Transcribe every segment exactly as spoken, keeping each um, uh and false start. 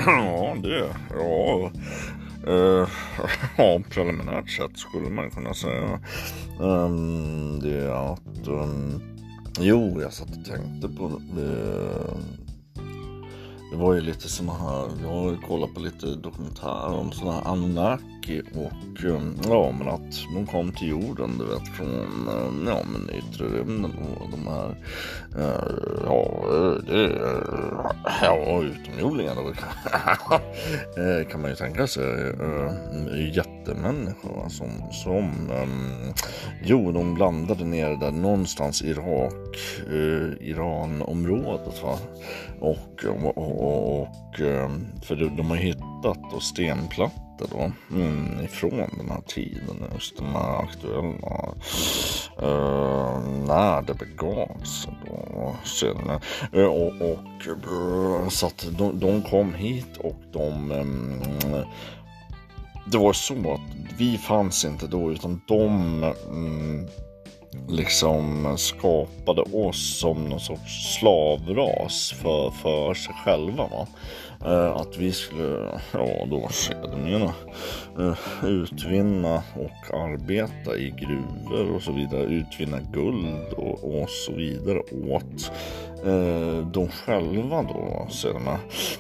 Ja, det ja, uh, ja, preliminärt sett skulle man kunna säga. Um, det är att um, jo, jag satt och tänkte på uh, det var ju lite såna här, jag har ju kollat på lite dokumentärer om såna här Anunnaki och ja, men att de kom till jorden, du vet, från ja, men yttre rymden och de här ja, det ja, utomjordingar då kan man ju tänka sig jättemänniskor som, som jo, de landade ner där någonstans i Irak, Iran-området, va, och, och, och, och för de har hittat då stenplattor då, mm, ifrån den här tiden, just de här aktuella uh, när det begav sig då, sen, uh, och, och uh, så att de, de kom hit och de um, det var så att vi fanns inte då, utan de um, liksom skapade oss som någon sorts slavras för, för sig själva, va? Uh, att vi skulle, ja då sedermera uh, utvinna och arbeta i gruvor och så vidare, utvinna guld och, och så vidare åt uh, de själva då sedermera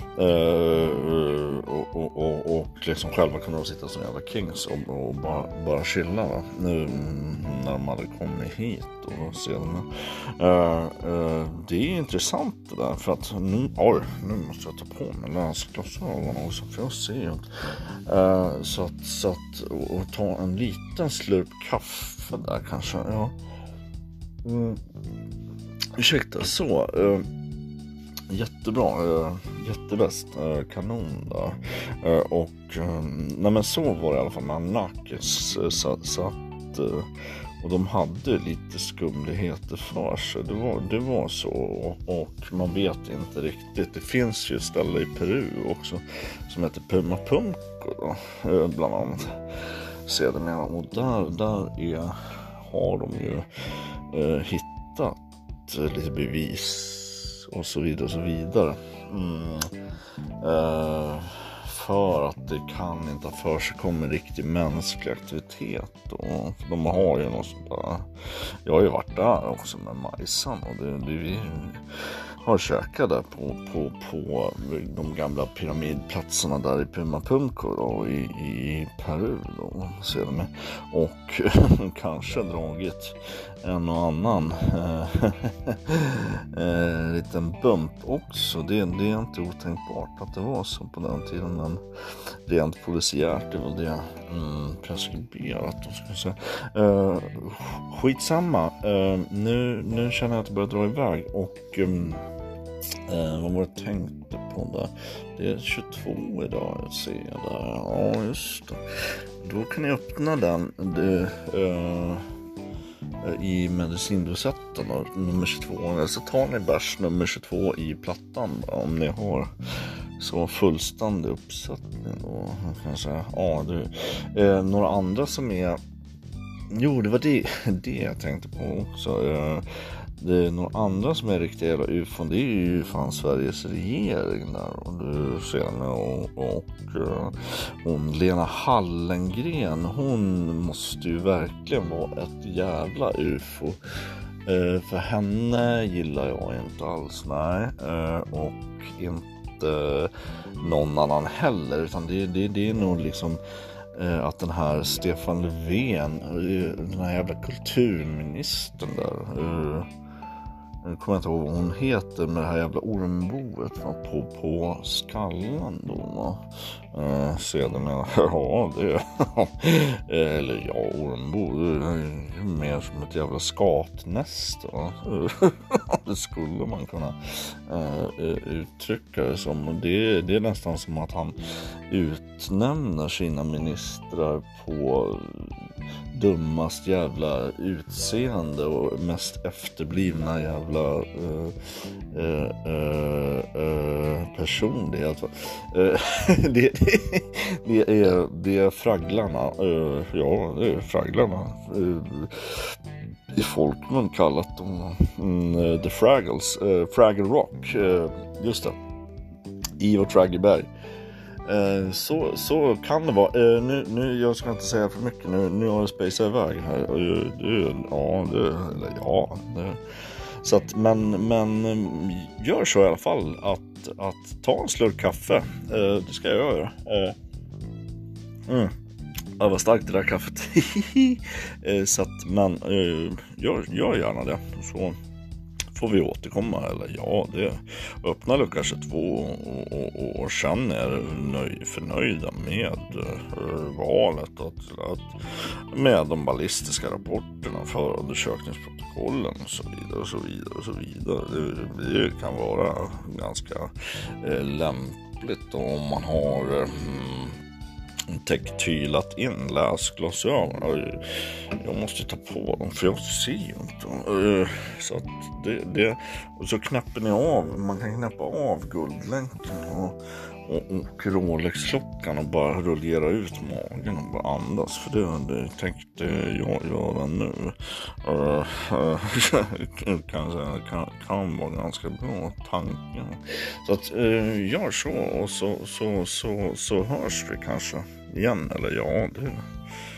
uh, och, och, och, och liksom själva kunde de sitta som jävla kings och, och bara, bara chilla, va? Uh, när de hade kommit hit och sedermera uh, uh, det är intressant det där, för att nu, oj, nu måste jag ta på mig läsglasögon också, för jag ser ju uh, så att, så att och, och ta en liten slurp kaffe där kanske, ja. Mm. Ursäkta, så uh, jättebra, uh, jättebäst, uh, kanon där. Uh, och uh, nej men så var det i alla fall med Anunnakis, uh, så, så att uh, och de hade lite skumligheter för sig. Det var, det var så. Och, och man vet inte riktigt. Det finns ju ställe i Peru också som heter Pumapunku då, bland annat. Sedermera. Och där, där är, har de ju eh, hittat lite bevis och så vidare och så vidare. Mm. Eh, för att det kan inte ha för sig kommer riktig mänsklig aktivitet då. För de har ju något sånt där. Jag har ju varit där också med Majsan och det, det vi har käkat där på, på, på de gamla pyramidplatserna där i Pumapunku då, i, i Peru då, ser de. Och kanske dragit en och annan eh, liten bump också. Det, det är inte otänkbart att det var så på den tiden, men rent polisiärt det var det mm, preskriberat då, ska jag säga. Eh, skitsamma. Eh, nu, nu känner jag att det börjar dra iväg och um, Eh, vad var det jag tänkte på där? Det är tjugotvå idag, jag ser där. Ja, just det. Då kan ni öppna den det, eh, i medicindosetten då, nummer tjugotvå. Så tar ni bärs nummer tjugotvå i plattan då, om ni har så fullständig uppsättning då, kan jag säga. Ja, det, eh, några andra som är... Jo, det var det, det jag tänkte på också. Eh, Det är några andra som är riktiga jävla ufon. Det är ju fan Sveriges regering där. Och du ser mig och, och uh, hon Lena Hallengren. Hon måste ju verkligen vara ett jävla ufo. Uh, för henne gillar jag inte alls. Nej. Uh, och inte någon annan heller. Utan det, det, det är nog liksom... att den här Stefan Löfven, den här jävla kulturministern där, jag kommer inte ihåg vad hon heter, med det här jävla ormboet på, på skallen då. Uh, sedan med, ja det eller ja, ormbo det är mer som ett jävla skatnäst va? Det skulle man kunna uh, uttrycka det som. Och det, det är nästan som att han utnämner sina ministrar på dummast jävla utseende och mest efterblivna jävla uh, uh, uh, uh, personlighet. Uh, det, det, det, är, det är fragglarna. Uh, ja, det är fragglarna. Uh, I folkmun kallat dem uh, The Fraggles. Uh, Fraggle Rock. Uh, just det. i vårt Raggeberg. Eh, så, så kan det vara. Eh, nu, nu, jag ska inte säga för mycket. Nu, nu har jag spacet iväg här. Eh, det, ja, det, eller ja. Det. Så att, men, men gör så i alla fall. Att, att ta en slurk kaffe. Eh, det ska jag göra. Eh, mm. Det var starkt det där kaffet. eh, så att, men eh, gör, gör gärna det. Så får vi återkomma, eller ja, det öppna lucka tjugotvå och, och, och, och känner er nöj, förnöjda med uh, valet att, att, med de ballistiska rapporterna, förundersökningsprotokollen och så vidare och så vidare och så vidare. Det, det kan vara ganska uh, lämpligt om man har uh, täcktylat in läsglasögon. Jag måste ta på dem för jag ser inte. Så att det, det, och så knäpper ni av. Man kan knäppa av guldlänken och, och, och Rolex-klockan och bara rullera ut magen och bara andas. För det, det tänkte jag göra nu. kan, kan, kan vara ganska bra tanke. Så att gör så och så, så, så, så hörs vi kanske igen, eller ja, det